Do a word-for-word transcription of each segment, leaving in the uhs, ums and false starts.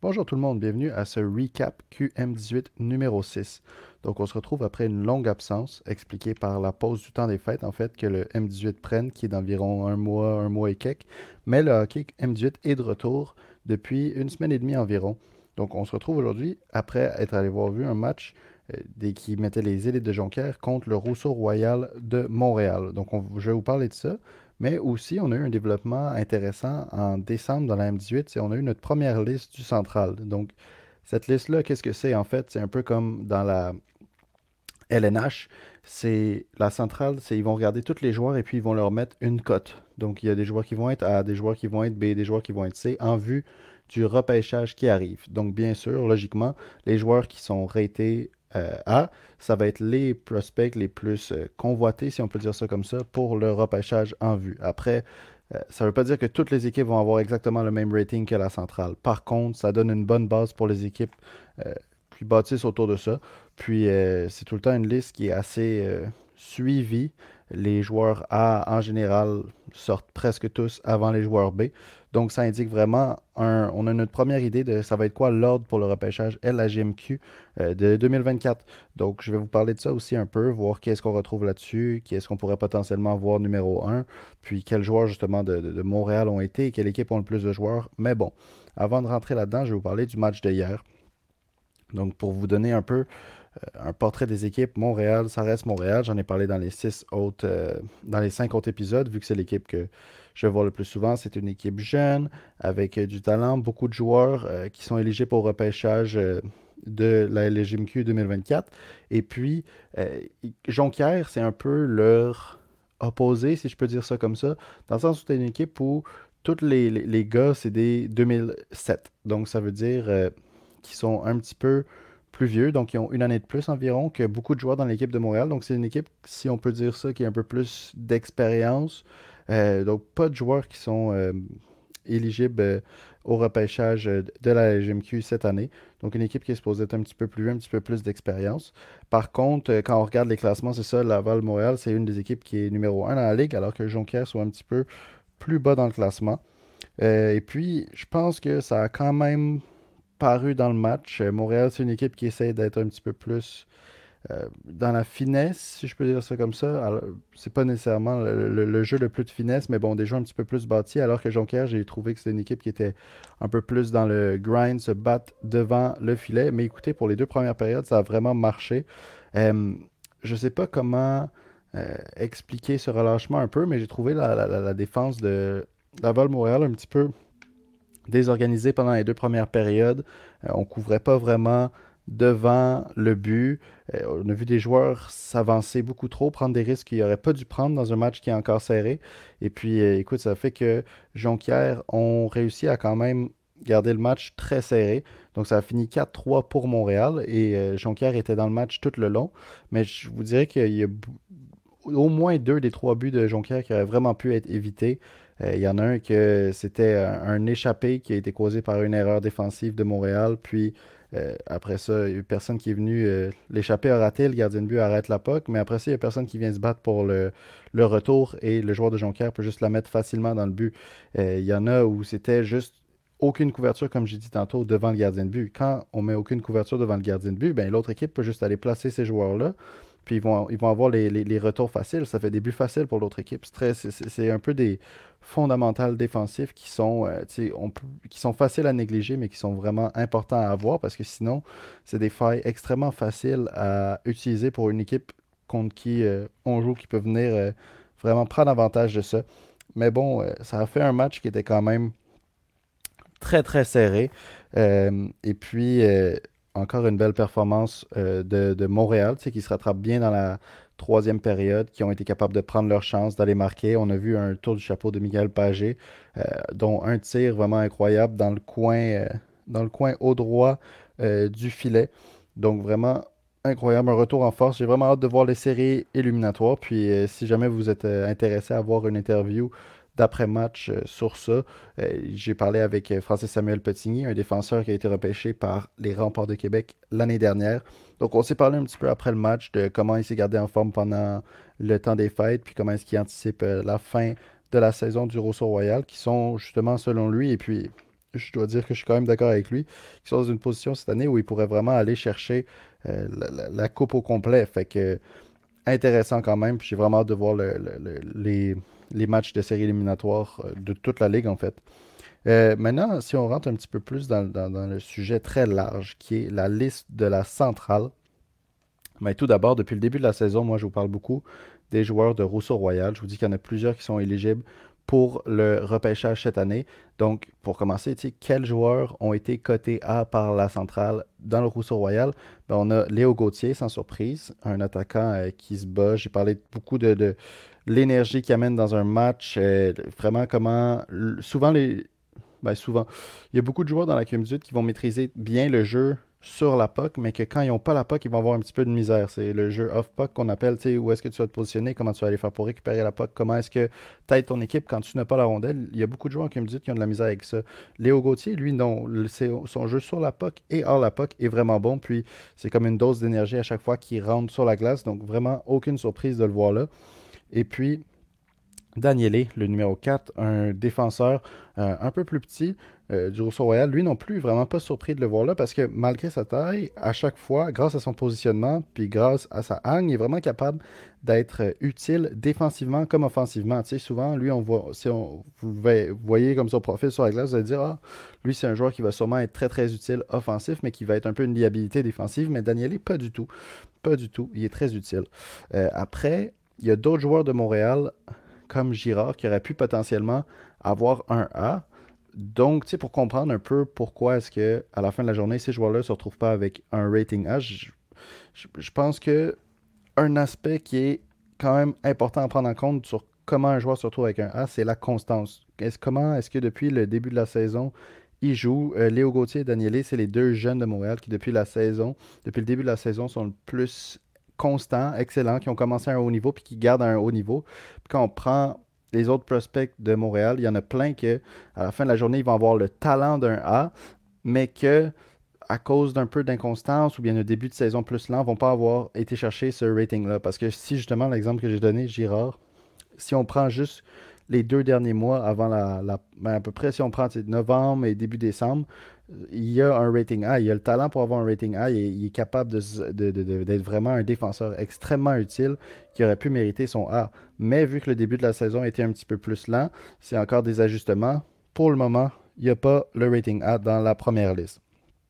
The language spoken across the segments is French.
Bonjour tout le monde, bienvenue à ce recap Q M dix-huit numéro six. Donc on se retrouve après une longue absence, expliquée par la pause du temps des fêtes, en fait, que le M dix-huit prenne, qui est d'environ un mois, un mois et quelques. Mais le hockey M dix-huit est de retour depuis une semaine et demie environ. Donc on se retrouve aujourd'hui après être allé voir vu un match euh, des, qui mettait les élites de Jonquière contre le Rousseau Royal de Montréal. Donc on- je vais vous parler de ça. Mais aussi, on a eu un développement intéressant en décembre dans la M dix-huit, c'est on a eu notre première liste du central. Donc, cette liste-là, qu'est-ce que c'est en fait? C'est un peu comme dans la L N H, c'est la centrale, c'est ils vont regarder tous les joueurs et puis ils vont leur mettre une cote. Donc, il y a des joueurs qui vont être A, des joueurs qui vont être B, des joueurs qui vont être C en vue du repêchage qui arrive. Donc, bien sûr, logiquement, les joueurs qui sont ratés euh, A, ça va être les prospects les plus euh, convoités, si on peut dire ça comme ça, pour le repêchage en vue. Après, euh, ça ne veut pas dire que toutes les équipes vont avoir exactement le même rating que la centrale. Par contre, ça donne une bonne base pour les équipes euh, qui bâtissent autour de ça. Puis euh, c'est tout le temps une liste qui est assez euh, suivie. Les joueurs A, en général, sortent presque tous avant les joueurs B. Donc ça indique vraiment un, on a notre première idée de ça va être quoi l'ordre pour le repêchage L à G M Q euh, de deux mille vingt-quatre. Donc je vais vous parler de ça aussi un peu, voir qu'est-ce qu'on retrouve là-dessus, qui est-ce qu'on pourrait potentiellement voir numéro un, puis quels joueurs justement de, de- de Montréal ont été et quelle équipe ont le plus de joueurs. Mais bon, avant de rentrer là-dedans, je vais vous parler du match d'hier. Donc, pour vous donner un peu euh, un portrait des équipes, Montréal, ça reste Montréal. J'en ai parlé dans les six autres, euh, dans les cinq autres épisodes, vu que c'est l'équipe que je vois le plus souvent. C'est une équipe jeune, avec euh, du talent, beaucoup de joueurs euh, qui sont éligibles au repêchage euh, de la L G M Q deux mille vingt-quatre. Et puis, euh, Jonquière, c'est un peu leur opposé, si je peux dire ça comme ça, dans le sens où c'est une équipe où tous les, les- les gars, c'est des deux mille sept. Donc, ça veut dire euh, qu'ils sont un petit peu plus vieux, donc ils ont une année de plus environ que beaucoup de joueurs dans l'équipe de Montréal. Donc c'est une équipe, si on peut dire ça, qui a un peu plus d'expérience. Euh, donc pas de joueurs qui sont euh, éligibles euh, au repêchage euh, de la G M Q cette année. Donc une équipe qui est supposée être un petit peu plus vieux, un petit peu plus d'expérience. Par contre, euh, quand on regarde les classements, c'est ça, Laval-Montréal, c'est une des équipes qui est numéro un dans la ligue, alors que Jonquière soit un petit peu plus bas dans le classement. Euh, et puis, je pense que ça a quand même paru dans le match. Euh, Montréal, c'est une équipe qui essaie d'être un petit peu plus euh, dans la finesse, si je peux dire ça comme ça. Alors, c'est pas nécessairement le, le- le jeu le plus de finesse, mais bon, des jeux un petit peu plus bâtis. Alors que Jonquière, j'ai trouvé que c'était une équipe qui était un peu plus dans le grind, se battre devant le filet. Mais écoutez, pour les deux premières périodes, ça a vraiment marché. Euh, je sais pas comment euh, expliquer ce relâchement un peu, mais j'ai trouvé la, la- la- la défense de Laval-Montréal un petit peu désorganisé pendant les deux premières périodes. Euh, on ne couvrait pas vraiment devant le but. Euh, on a vu des joueurs s'avancer beaucoup trop, prendre des risques qu'ils n'auraient pas dû prendre dans un match qui est encore serré. Et puis, euh, écoute, ça fait que Jonquière ont réussi à quand même garder le match très serré. Donc, ça a fini quatre trois pour Montréal et euh, Jonquière était dans le match tout le long. Mais je vous dirais qu'il y a au moins deux des trois buts de Jonquière qui auraient vraiment pu être évités. Euh, il y en a un que c'était un, un échappé qui a été causé par une erreur défensive de Montréal. Puis euh, après ça, il n'y a eu personne qui est venu. Euh, l'échappé a raté, le gardien de but arrête la puck. Mais après ça, il n'y a personne qui vient se battre pour le, le retour et le joueur de Jonquière peut juste la mettre facilement dans le but. Euh, il y en a où c'était juste aucune couverture, comme j'ai dit tantôt, devant le gardien de but. Quand on met aucune couverture devant le gardien de but, ben, l'autre équipe peut juste aller placer ces joueurs-là puis ils vont, ils vont avoir les, les- les retours faciles. Ça fait des buts faciles pour l'autre équipe. C'est très- c'est- c'est- c'est un peu des fondamentales défensifs qui sont, euh, tu sais, on peut- qui sont faciles à négliger, mais qui sont vraiment importants à avoir parce que sinon, c'est des failles extrêmement faciles à utiliser pour une équipe contre qui euh, on joue, qui peut venir euh, vraiment prendre avantage de ça. Mais bon, euh, ça a fait un match qui était quand même très, très serré. Euh, et puis, euh, encore une belle performance euh, de, de Montréal, tu sais, qui se rattrape bien dans la troisième période, qui ont été capables de prendre leur chance, d'aller marquer. On a vu un tour du chapeau de Miguel Pagé, euh, dont un tir vraiment incroyable dans le coin, euh, dans le coin haut droit euh, du filet. Donc, vraiment incroyable, un retour en force. J'ai vraiment hâte de voir les séries éliminatoires. Puis, euh, si jamais vous êtes euh, intéressé à voir une interview d'après-match euh, sur ça, euh, j'ai parlé avec euh, Francis Samuel Petigny, un défenseur qui a été repêché par les Remparts de Québec l'année dernière. Donc, on s'est parlé un petit peu après le match de comment il s'est gardé en forme pendant le temps des fêtes, puis comment est-ce qu'il anticipe euh, la fin de la saison du Rosso Royal, qui sont justement selon lui, et puis je dois dire que je suis quand même d'accord avec lui, qui sont dans une position cette année où il pourrait vraiment aller chercher euh, la, la- la coupe au complet. Fait que intéressant quand même. Puis j'ai vraiment hâte de voir le- le- le- les, les matchs de série éliminatoire euh, de toute la ligue en fait. Euh, maintenant, si on rentre un petit peu plus dans, dans- dans le sujet très large, qui est la liste de la centrale, mais tout d'abord, depuis le début de la saison, moi je vous parle beaucoup des joueurs de Rousseau Royal. Je vous dis qu'il y en a plusieurs qui sont éligibles pour le repêchage cette année. Donc, pour commencer, tu sais, quels joueurs ont été cotés A par la centrale dans le Rousseau Royal? Ben, on a Léo Gauthier, sans surprise, un attaquant euh, qui se bat. J'ai parlé beaucoup de, de l'énergie qu'il amène dans un match, euh, vraiment comment souvent les, ben souvent. Il y a beaucoup de joueurs dans la Q M dix-huit qui vont maîtriser bien le jeu sur la puck, mais que quand ils n'ont pas la puck, ils vont avoir un petit peu de misère. C'est le jeu off-puck qu'on appelle, tu sais, où est-ce que tu vas te positionner, comment tu vas aller faire pour récupérer la puck, comment est-ce que tu aides ton équipe quand tu n'as pas la rondelle. Il y a beaucoup de joueurs en Q M dix-huit qui ont de la misère avec ça. Léo Gauthier, lui, non. Le- c'est- Son jeu sur la puck et hors la puck est vraiment bon, puis c'est comme une dose d'énergie à chaque fois qu'il rentre sur la glace, donc vraiment aucune surprise de le voir là. Et puis, Daniele, le numéro quatre, un défenseur euh, un peu plus petit euh, du Rousseau Royal. Lui non plus, vraiment pas surpris de le voir là parce que malgré sa taille, à chaque fois, grâce à son positionnement, puis grâce à sa hagne, il est vraiment capable d'être euh, utile défensivement comme offensivement. Tu sais, souvent, lui, on voit, si on, vous ve- voyez comme son profil sur la glace, vous allez dire, ah, lui, c'est un joueur qui va sûrement être très, très utile offensif, mais qui va être un peu une liabilité défensive. Mais Daniele, pas du tout. Pas du tout. Il est très utile. Euh, après, il y a d'autres joueurs de Montréal comme Girard qui aurait pu potentiellement avoir un A. Donc, tu sais, pour comprendre un peu pourquoi est-ce que à la fin de la journée, ces joueurs-là ne se retrouvent pas avec un rating A, je, je- je pense que un aspect qui est quand même important à prendre en compte sur comment un joueur se retrouve avec un A, c'est la constance. Est-ce, comment est-ce que depuis le début de la saison, ils jouent? Euh, Léo Gauthier et Danielé, c'est les deux jeunes de Montréal qui, depuis la saison, depuis le début de la saison, sont le plus constants, excellents, qui ont commencé à un haut niveau puis qui gardent à un haut niveau. Puis quand on prend les autres prospects de Montréal, il y en a plein que, à la fin de la journée, ils vont avoir le talent d'un A, mais que à cause d'un peu d'inconstance ou bien un début de saison plus lent, vont pas avoir été chercher ce rating-là. Parce que si justement l'exemple que j'ai donné, Girard, si on prend juste les deux derniers mois avant la, la- ben, à peu près, si on prend tu sais, novembre et début décembre, euh, il y a un rating A, il y a le talent pour avoir un rating A, et il est capable de s- de- de- de- d'être vraiment un défenseur extrêmement utile qui aurait pu mériter son A. Mais vu que le début de la saison était un petit peu plus lent, c'est encore des ajustements. Pour le moment, il n'y a pas le rating A dans la première liste.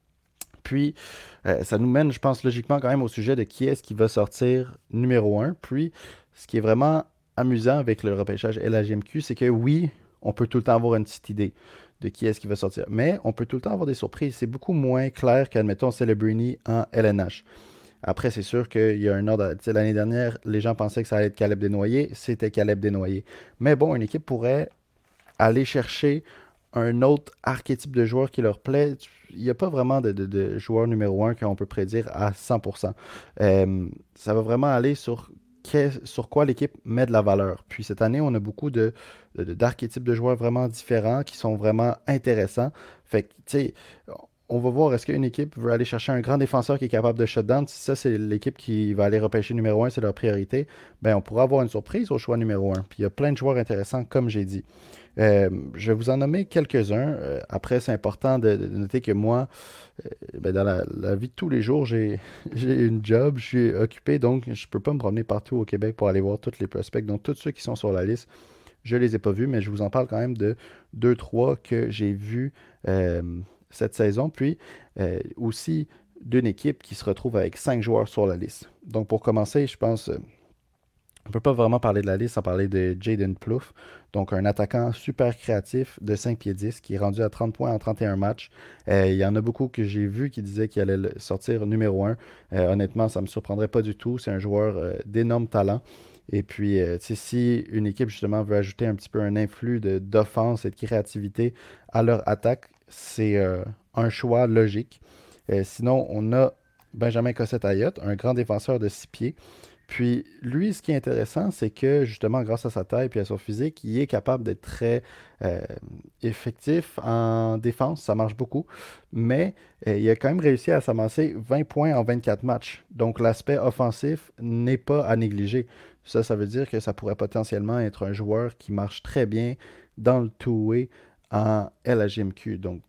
Puis, euh, ça nous mène, je pense, logiquement quand même au sujet de qui est-ce qui va sortir numéro un. Puis, ce qui est vraiment amusant avec le repêchage L H M Q, c'est que oui, on peut tout le temps avoir une petite idée de qui est-ce qui va sortir. Mais on peut tout le temps avoir des surprises. C'est beaucoup moins clair qu'admettons Celebrini en L N H. Après, c'est sûr qu'il y a un ordre. Tu sais, l'année dernière, les gens pensaient que ça allait être Caleb Desnoyers. C'était Caleb Desnoyers. Mais bon, une équipe pourrait aller chercher un autre archétype de joueur qui leur plaît. Il n'y a pas vraiment de, de- de joueur numéro un qu'on peut prédire à cent pour cent. Euh, ça va vraiment aller sur, qu'est- sur quoi l'équipe met de la valeur. Puis cette année, on a beaucoup de, de- d'archétypes de joueurs vraiment différents qui sont vraiment intéressants. Fait que, tu sais, on va voir est-ce qu'une équipe veut aller chercher un grand défenseur qui est capable de shutdown. Si ça, c'est l'équipe qui va aller repêcher numéro un, c'est leur priorité. Ben, on pourra avoir une surprise au choix numéro un. Puis il y a plein de joueurs intéressants, comme j'ai dit. Euh, je vais vous en nommer quelques-uns. Euh, après, c'est important de, de noter que moi, euh, ben, dans la, la vie de tous les jours, j'ai, j'ai une job, je suis occupé, donc je ne peux pas me promener partout au Québec pour aller voir tous les prospects. Donc, tous ceux qui sont sur la liste, je ne les ai pas vus, mais je vous en parle quand même de deux, trois que j'ai vus euh, cette saison. Puis euh, aussi d'une équipe qui se retrouve avec cinq joueurs sur la liste. Donc, pour commencer, je pense. euh, on ne peut pas vraiment parler de la liste sans parler de Jaden Plouffe, donc un attaquant super créatif de cinq pieds dix qui est rendu à trente points en trente et un matchs. Euh, il y en a beaucoup que j'ai vu qui disaient qu'il allait le- sortir numéro un. Euh, honnêtement, ça ne me surprendrait pas du tout. C'est un joueur euh, d'énorme talent. Et puis, euh, tu sais, si une équipe justement veut ajouter un petit peu un influx de- d'offense et de créativité à leur attaque, c'est euh, un choix logique. Euh, sinon, on a Benjamin Cossette-Ayotte, un grand défenseur de six pieds. Puis lui, ce qui est intéressant, c'est que justement, grâce à sa taille et à son physique, il est capable d'être très euh, effectif en défense. Ça marche beaucoup. Mais euh, il a quand même réussi à s'amasser vingt points en vingt-quatre matchs. Donc l'aspect offensif n'est pas à négliger. Ça, ça veut dire que ça pourrait potentiellement être un joueur qui marche très bien dans le two-way en L H M Q. Donc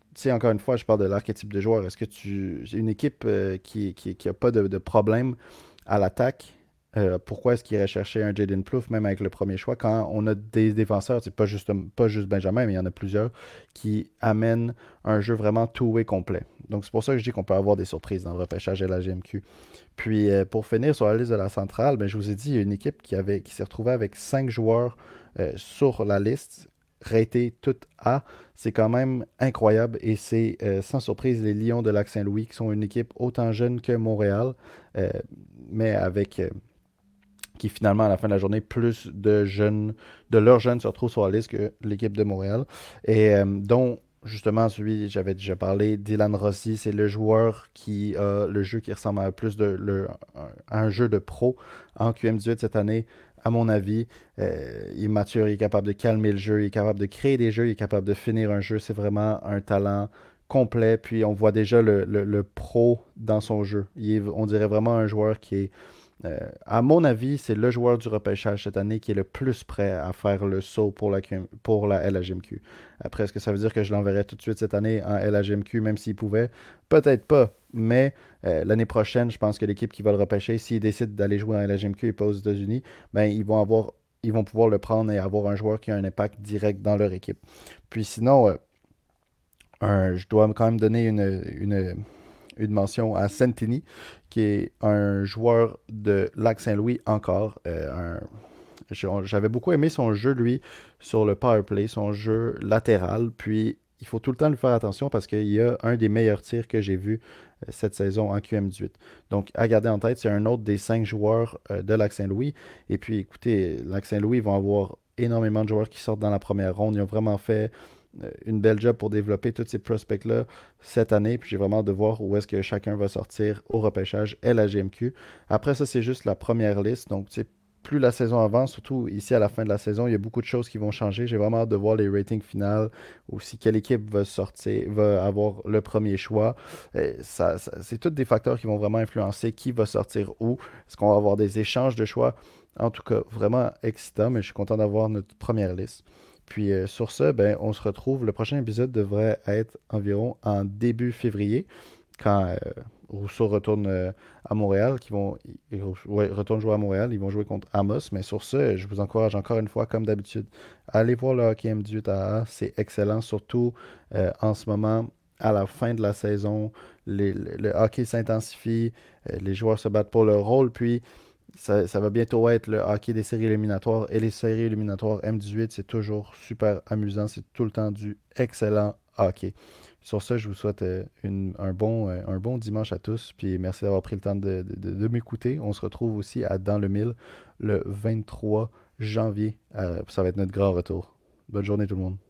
tu sais, encore une fois, je parle de l'archétype de joueur. Est-ce que tu. Une équipe euh, qui, qui, qui a pas de, de problème à l'attaque, euh, pourquoi est-ce qu'il irait chercher un Jaden Plouffe, même avec le premier choix, quand on a des défenseurs, c'est pas juste, pas juste Benjamin, mais il y en a plusieurs, qui amènent un jeu vraiment two-way complet. Donc c'est pour ça que je dis qu'on peut avoir des surprises dans le repêchage et la G M Q. Puis euh, pour finir sur la liste de la centrale, ben, je vous ai dit, il y a une équipe qui avait, qui s'est retrouvée avec cinq joueurs euh, sur la liste, ratés toutes A. C'est quand même incroyable et c'est euh, sans surprise les Lions de Lac-Saint-Louis qui sont une équipe autant jeune que Montréal, euh, mais avec euh, qui finalement à la fin de la journée, plus de jeunes, de leurs jeunes se retrouvent sur la liste que l'équipe de Montréal. Et euh, dont justement celui, j'avais déjà parlé, Dylan Rossi, c'est le joueur qui a le jeu qui ressemble à plus de le- à un jeu de pro en Q M dix-huit cette année. À mon avis, euh, il est mature, il est capable de calmer le jeu, il est capable de créer des jeux, il est capable de finir un jeu. C'est vraiment un talent complet. Puis on voit déjà le, le- le pro dans son jeu. Il est- on dirait vraiment un joueur qui est euh, à mon avis, c'est le joueur du repêchage cette année qui est le plus prêt à faire le saut pour la, Q M pour la L H M Q. Après, est-ce que ça veut dire que je l'enverrai tout de suite cette année en L H M Q, même s'il pouvait? Peut-être pas. Mais euh, l'année prochaine, je pense que l'équipe qui va le repêcher, s'il décide d'aller jouer en L H M Q et pas aux États-Unis, ben, ils vont avoir, ils vont pouvoir le prendre et avoir un joueur qui a un impact direct dans leur équipe. Puis sinon, euh, un- je dois quand même donner une, une, une mention à Santini, qui est un joueur de Lac-Saint-Louis encore. Euh, un- J'avais beaucoup aimé son jeu, lui, sur le power play, son jeu latéral. Puis, il faut tout le temps lui faire attention parce qu'il y a un des meilleurs tirs que j'ai vu euh, cette saison en Q M dix-huit. Donc, à garder en tête, c'est un autre des cinq joueurs euh, de Lac-Saint-Louis. Et puis, écoutez, Lac-Saint-Louis, ils vont avoir énormément de joueurs qui sortent dans la première ronde. Ils ont vraiment fait euh, une belle job pour développer tous ces prospects-là cette année. Puis j'ai vraiment hâte de voir où est-ce que chacun va sortir au repêchage et la G M Q. Après ça, c'est juste la première liste. Donc, tu sais, plus la saison avance, surtout ici à la fin de la saison, il y a beaucoup de choses qui vont changer. J'ai vraiment hâte de voir les ratings finales, aussi quelle équipe va sortir, va avoir le premier choix. Euh, ça, ça- c'est tous des facteurs qui vont vraiment influencer qui va sortir où. Est-ce qu'on va avoir des échanges de choix? En tout cas, vraiment excitant, mais je suis content d'avoir notre première liste. Puis euh, sur ce, ben, on se retrouve. Le prochain épisode devrait être environ en début février, quand euh, Rousseau retourne euh, à Montréal, qui vont, ils- ouais, retourne jouer à Montréal. Ils vont jouer contre Amos. Mais sur ce, je vous encourage encore une fois, comme d'habitude, à aller voir le hockey M dix-huit A A. C'est excellent, surtout euh, en ce moment, à la fin de la saison. Les- le, le hockey s'intensifie, euh, les joueurs se battent pour leur rôle, puis ça, ça va bientôt être le hockey des séries éliminatoires. Et les séries éliminatoires M dix-huit, c'est toujours super amusant. C'est tout le temps du excellent hockey. Sur ce, je vous souhaite euh, une- un bon, euh, un bon dimanche à tous. Puis merci d'avoir pris le temps de, de- de- de m'écouter. On se retrouve aussi à Dans le Mille le vingt-trois janvier. Euh, ça va être notre grand retour. Bonne journée tout le monde.